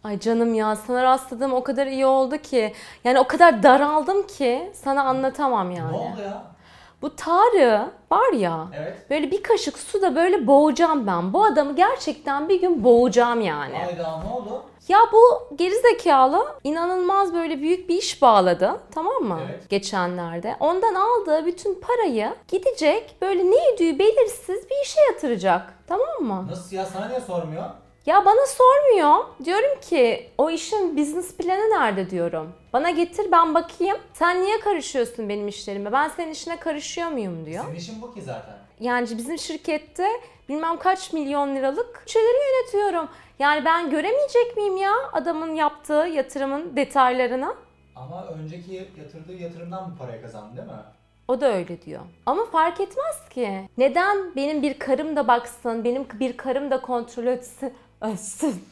Ay canım ya, sana rastladığım o kadar iyi oldu ki. Yani o kadar daraldım ki sana anlatamam Ne yani. oldu ya? Bu Tarık'ı var ya, Evet. böyle bir kaşık suda böyle boğacağım ben. Bu adamı gerçekten bir gün boğacağım yani. Hayda, ne oldu? Ya bu gerizekalı inanılmaz böyle büyük bir iş bağladı, tamam mı? Evet. Geçenlerde. Ondan aldığı bütün parayı gidecek, böyle ne yediği belirsiz bir işe yatıracak. Tamam mı? Nasıl ya, sana niye sormuyor? Ya bana sormuyor. Diyorum ki o işin business planı nerede diyorum. Bana getir, ben bakayım. Sen niye karışıyorsun benim işlerime? Ben senin işine karışıyor muyum diyor. Senin işin bu ki zaten. Yani bizim şirkette bilmem kaç milyon liralık bütçeleri yönetiyorum. Yani ben göremeyecek miyim ya adamın yaptığı yatırımın detaylarını? Ama önceki yatırdığı yatırımdan bu parayı kazandı değil mi? O da öyle diyor. Ama fark etmez ki. Neden benim bir karım da baksın, benim bir karım da kontrol etsin? Ölsün.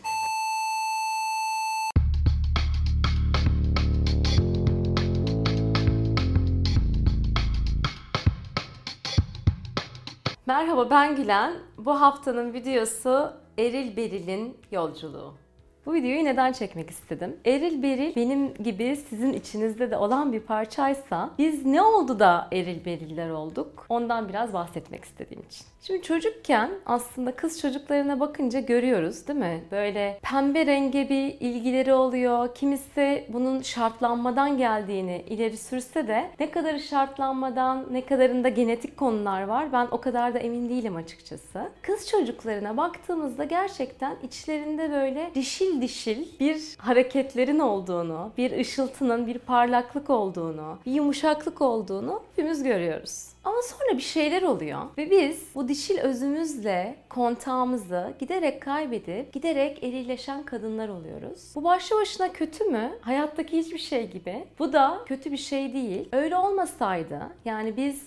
Merhaba, ben Gülen. Bu haftanın videosu Eril Beril'in yolculuğu. Bu videoyu neden çekmek istedim? Eril Beril benim gibi sizin içinizde de olan bir parçaysa biz ne oldu da Eril Beriller olduk? Ondan biraz bahsetmek istediğim için. Şimdi çocukken aslında kız çocuklarına bakınca görüyoruz değil mi? Böyle pembe renge bir ilgileri oluyor. Kimisi bunun şartlanmadan geldiğini ileri sürse de ne kadarı şartlanmadan, ne kadarında genetik konular var ben o kadar da emin değilim açıkçası. Kız çocuklarına baktığımızda gerçekten içlerinde böyle dişil bir hareketlerin olduğunu, bir ışıltının, bir parlaklık olduğunu, bir yumuşaklık olduğunu hepimiz görüyoruz. Ama sonra bir şeyler oluyor ve biz bu dişil özümüzle kontağımızı giderek kaybedip giderek erileşen kadınlar oluyoruz. Bu başlı başına kötü mü? Hayattaki hiçbir şey gibi. Bu da kötü bir şey değil. Öyle olmasaydı, yani biz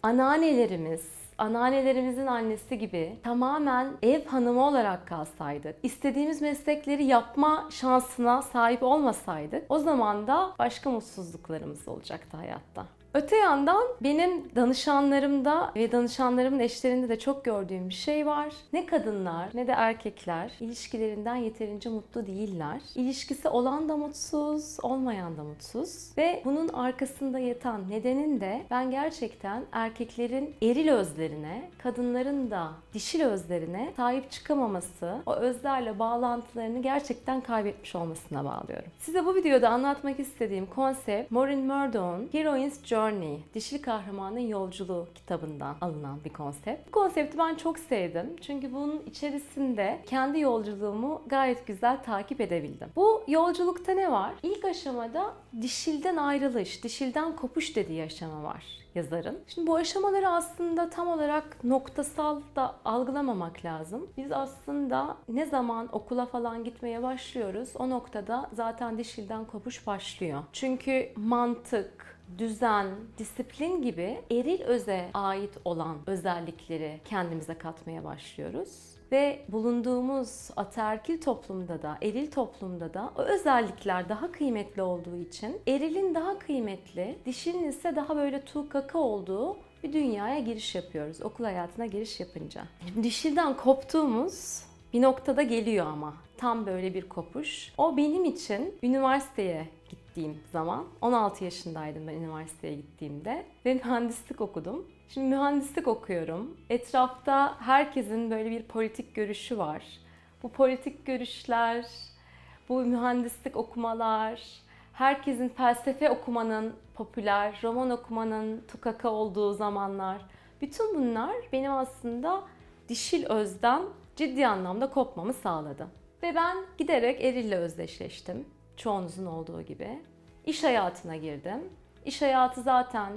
anneannelerimizin annesi gibi tamamen ev hanımı olarak kalsaydık, istediğimiz meslekleri yapma şansına sahip olmasaydık, o zaman da başka mutsuzluklarımız olacaktı hayatta. Öte yandan benim danışanlarımda ve danışanlarımın eşlerinde de çok gördüğüm bir şey var. Ne kadınlar ne de erkekler ilişkilerinden yeterince mutlu değiller. İlişkisi olan da mutsuz, olmayan da mutsuz. Ve bunun arkasında yatan nedenin de ben gerçekten erkeklerin eril özlerine, kadınların da dişil özlerine sahip çıkamaması, o özlerle bağlantılarını gerçekten kaybetmiş olmasına bağlıyorum. Size bu videoda anlatmak istediğim konsept Maureen Murdoch'un Heroine's Journey, Dişil Kahramanın Yolculuğu kitabından alınan bir konsept. Bu konsepti ben çok sevdim. Çünkü bunun içerisinde kendi yolculuğumu gayet güzel takip edebildim. Bu yolculukta ne var? İlk aşamada dişilden ayrılış, dişilden kopuş dediği aşama var yazarın. Şimdi bu aşamaları aslında tam olarak noktasal da algılamamak lazım. Biz aslında ne zaman okula falan gitmeye başlıyoruz, o noktada zaten dişilden kopuş başlıyor. Çünkü mantık, düzen, disiplin gibi eril öze ait olan özellikleri kendimize katmaya başlıyoruz. Ve bulunduğumuz ataerkil toplumda da, eril toplumda da o özellikler daha kıymetli olduğu için erilin daha kıymetli, dişilin ise daha böyle tukaka olduğu bir dünyaya giriş yapıyoruz. Okul hayatına giriş yapınca. Dişilden koptuğumuz bir noktada geliyor ama. Tam böyle bir kopuş. O benim için üniversiteye gittiğim zaman, 16 yaşındaydım ben üniversiteye gittiğimde ve mühendislik okudum. Şimdi mühendislik okuyorum. Etrafta herkesin böyle bir politik görüşü var. Bu politik görüşler, bu mühendislik okumalar, herkesin felsefe okumanın popüler, roman okumanın tukaka olduğu zamanlar. Bütün bunlar benim aslında dişil özden ciddi anlamda kopmamı sağladı. Ve ben giderek erille özdeşleştim. Çoğunuzun olduğu gibi. İş hayatına girdim. İş hayatı zaten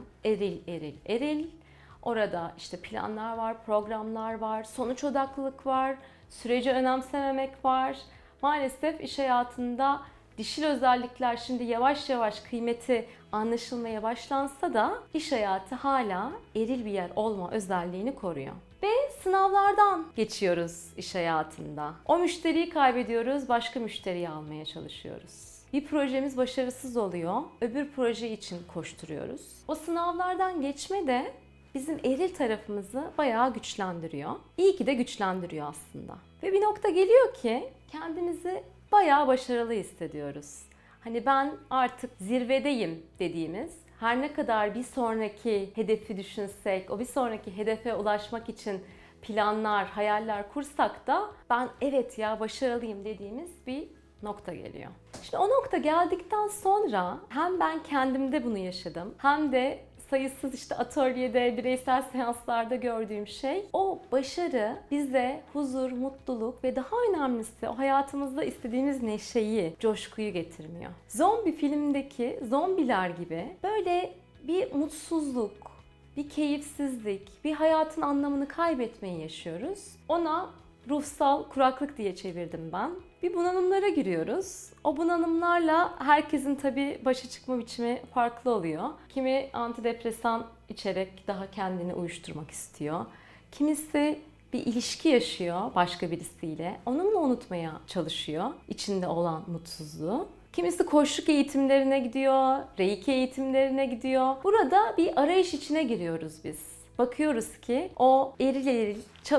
eril. Orada işte planlar var, programlar var, sonuç odaklılık var, süreci önemsememek var. Maalesef iş hayatında dişil özellikler şimdi yavaş yavaş kıymeti anlaşılmaya başlansa da iş hayatı hala eril bir yer olma özelliğini koruyor. Ve sınavlardan geçiyoruz iş hayatında. O müşteriyi kaybediyoruz, başka müşteriyi almaya çalışıyoruz. Bir projemiz başarısız oluyor, öbür proje için koşturuyoruz. O sınavlardan geçme de bizim eril tarafımızı bayağı güçlendiriyor. İyi ki de güçlendiriyor aslında. Ve bir nokta geliyor ki kendimizi bayağı başarılı hissediyoruz. Hani ben artık zirvedeyim dediğimiz, her ne kadar bir sonraki hedefi düşünsek, o bir sonraki hedefe ulaşmak için planlar, hayaller kursak da ben evet ya başarılıyım dediğimiz bir nokta geliyor. Şimdi o nokta geldikten sonra hem ben kendimde bunu yaşadım hem de sayısız işte atölyede, bireysel seanslarda gördüğüm şey, o başarı bize huzur, mutluluk ve daha önemlisi o hayatımızda istediğimiz neşeyi, coşkuyu getirmiyor. Zombi filmdeki zombiler gibi böyle bir mutsuzluk, bir keyifsizlik, bir hayatın anlamını kaybetmeyi yaşıyoruz. Ona ruhsal kuraklık diye çevirdim ben. Bir bunalımlara giriyoruz. O bunalımlarla herkesin tabii başa çıkma biçimi farklı oluyor. Kimi antidepresan içerek daha kendini uyuşturmak istiyor. Kimisi bir ilişki yaşıyor başka birisiyle. Onunla unutmaya çalışıyor içinde olan mutsuzluğu. Kimisi koçluk eğitimlerine gidiyor, reiki eğitimlerine gidiyor. Burada bir arayış içine giriyoruz biz. Bakıyoruz ki o eril eril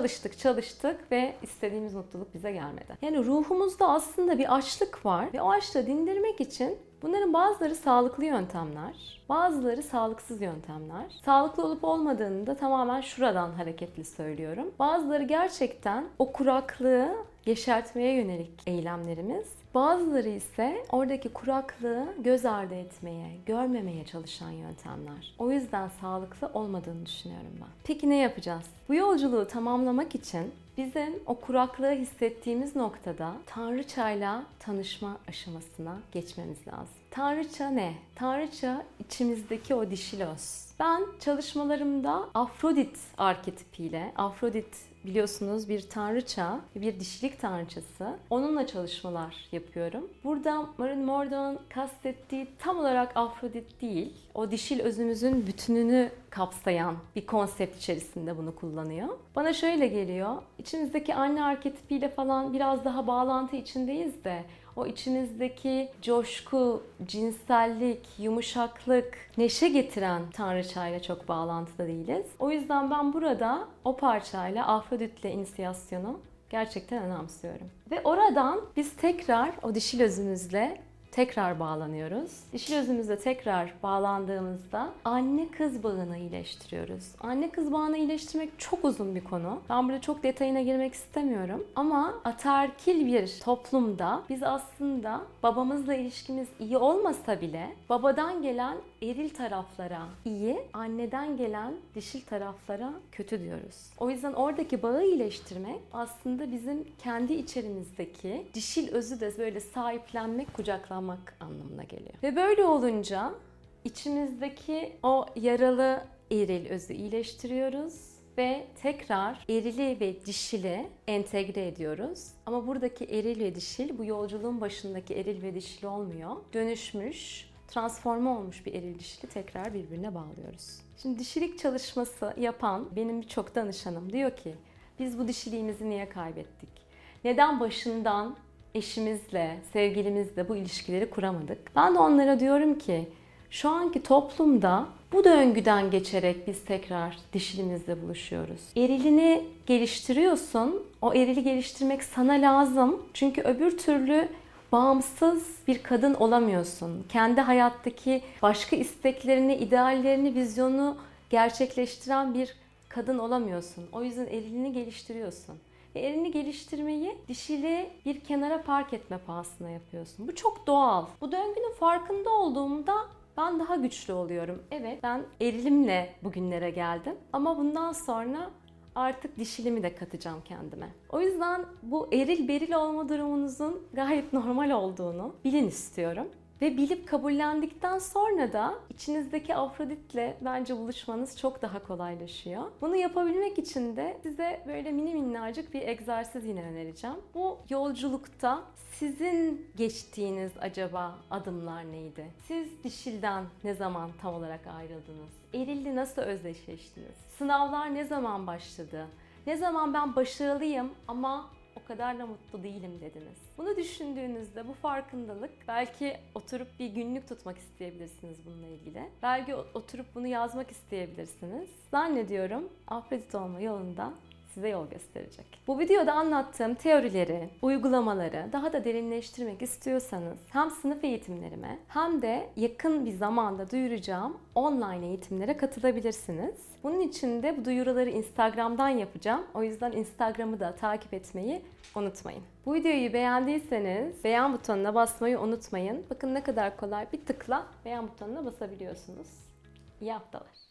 çalıştık ve istediğimiz mutluluk bize gelmedi. Yani ruhumuzda aslında bir açlık var ve o açlığı dindirmek için bunların bazıları sağlıklı yöntemler, bazıları sağlıksız yöntemler. Sağlıklı olup olmadığını da tamamen şuradan hareketli söylüyorum. Bazıları gerçekten o kuraklığı yeşertmeye yönelik eylemlerimiz. Bazıları ise oradaki kuraklığı göz ardı etmeye, görmemeye çalışan yöntemler. O yüzden sağlıklı olmadığını düşünüyorum ben. Peki ne yapacağız? Bu yolculuğu tamamlamak için bizim o kuraklığı hissettiğimiz noktada Tanrıçayla tanışma aşamasına geçmemiz lazım. Tanrıça ne? Tanrıça içimizdeki o dişil öz. Ben çalışmalarımda Afrodit arketipiyle, Afrodit biliyorsunuz bir tanrıça, bir dişilik tanrıçası. Onunla çalışmalar yapıyorum. Burada Marin Mordo'nun kastettiği tam olarak Afrodit değil, o dişil özümüzün bütününü kapsayan bir konsept içerisinde bunu kullanıyor. Bana şöyle geliyor, içimizdeki anne arketipiyle falan biraz daha bağlantı içindeyiz de o içimizdeki coşku, cinsellik, yumuşaklık, neşe getiren tanrıçayla çok bağlantıda değiliz. O yüzden ben burada o parçayla Afrodit'le inisiyasyonu gerçekten önemsiyorum. Ve oradan biz tekrar o dişil özümüzle tekrar bağlanıyoruz. Dişil özümüzle tekrar bağlandığımızda anne kız bağını iyileştiriyoruz. Anne kız bağını iyileştirmek çok uzun bir konu. Ben burada çok detayına girmek istemiyorum. Ama ataerkil bir toplumda biz aslında babamızla ilişkimiz iyi olmasa bile babadan gelen eril taraflara iyi, anneden gelen dişil taraflara kötü diyoruz. O yüzden oradaki bağı iyileştirmek aslında bizim kendi içerimizdeki dişil özü de böyle sahiplenmek, kucaklamak anlamına geliyor. Ve böyle olunca içimizdeki o yaralı eril özü iyileştiriyoruz ve tekrar erili ve dişili entegre ediyoruz. Ama buradaki eril ve dişil bu yolculuğun başındaki eril ve dişil olmuyor. Dönüşmüş, transforme olmuş bir eril dişili tekrar birbirine bağlıyoruz. Şimdi dişilik çalışması yapan benim birçok danışanım diyor ki biz bu dişiliğimizi niye kaybettik? Neden başından eşimizle, sevgilimizle bu ilişkileri kuramadık? Ben de onlara diyorum ki şu anki toplumda bu döngüden geçerek biz tekrar dişilimizle buluşuyoruz. Erilini geliştiriyorsun. O erili geliştirmek sana lazım. Çünkü öbür türlü bağımsız bir kadın olamıyorsun. Kendi hayattaki başka isteklerini, ideallerini, vizyonu gerçekleştiren bir kadın olamıyorsun. O yüzden erilini geliştiriyorsun. Elini geliştirmeyi dişili bir kenara park etme pahasına yapıyorsun. Bu çok doğal. Bu döngünün farkında olduğumda ben daha güçlü oluyorum. Evet, ben erilimle bugünlere geldim ama bundan sonra artık dişilimi de katacağım kendime. O yüzden bu eril beril olma durumunuzun gayet normal olduğunu bilin istiyorum. Ve bilip kabullendikten sonra da içinizdeki Afrodit'le bence buluşmanız çok daha kolaylaşıyor. Bunu yapabilmek için de size böyle mini minnacık bir egzersiz yine önereceğim. Bu yolculukta sizin geçtiğiniz acaba adımlar neydi? Siz dişilden ne zaman tam olarak ayrıldınız? Erilli nasıl özdeşleştiniz? Sınavlar ne zaman başladı? Ne zaman ben başarılıyım ama o kadar da mutlu değilim dediniz. Bunu düşündüğünüzde bu farkındalık, belki oturup bir günlük tutmak isteyebilirsiniz bununla ilgili. Belki oturup bunu yazmak isteyebilirsiniz. Zannediyorum Afrodit olma yolunda size yol gösterecek. Bu videoda anlattığım teorileri, uygulamaları daha da derinleştirmek istiyorsanız hem sınıf eğitimlerime hem de yakın bir zamanda duyuracağım online eğitimlere katılabilirsiniz. Bunun için de bu duyuruları Instagram'dan yapacağım. O yüzden Instagram'ı da takip etmeyi unutmayın. Bu videoyu beğendiyseniz beğen butonuna basmayı unutmayın. Bakın ne kadar kolay, bir tıkla beğen butonuna basabiliyorsunuz. İyi haftalar.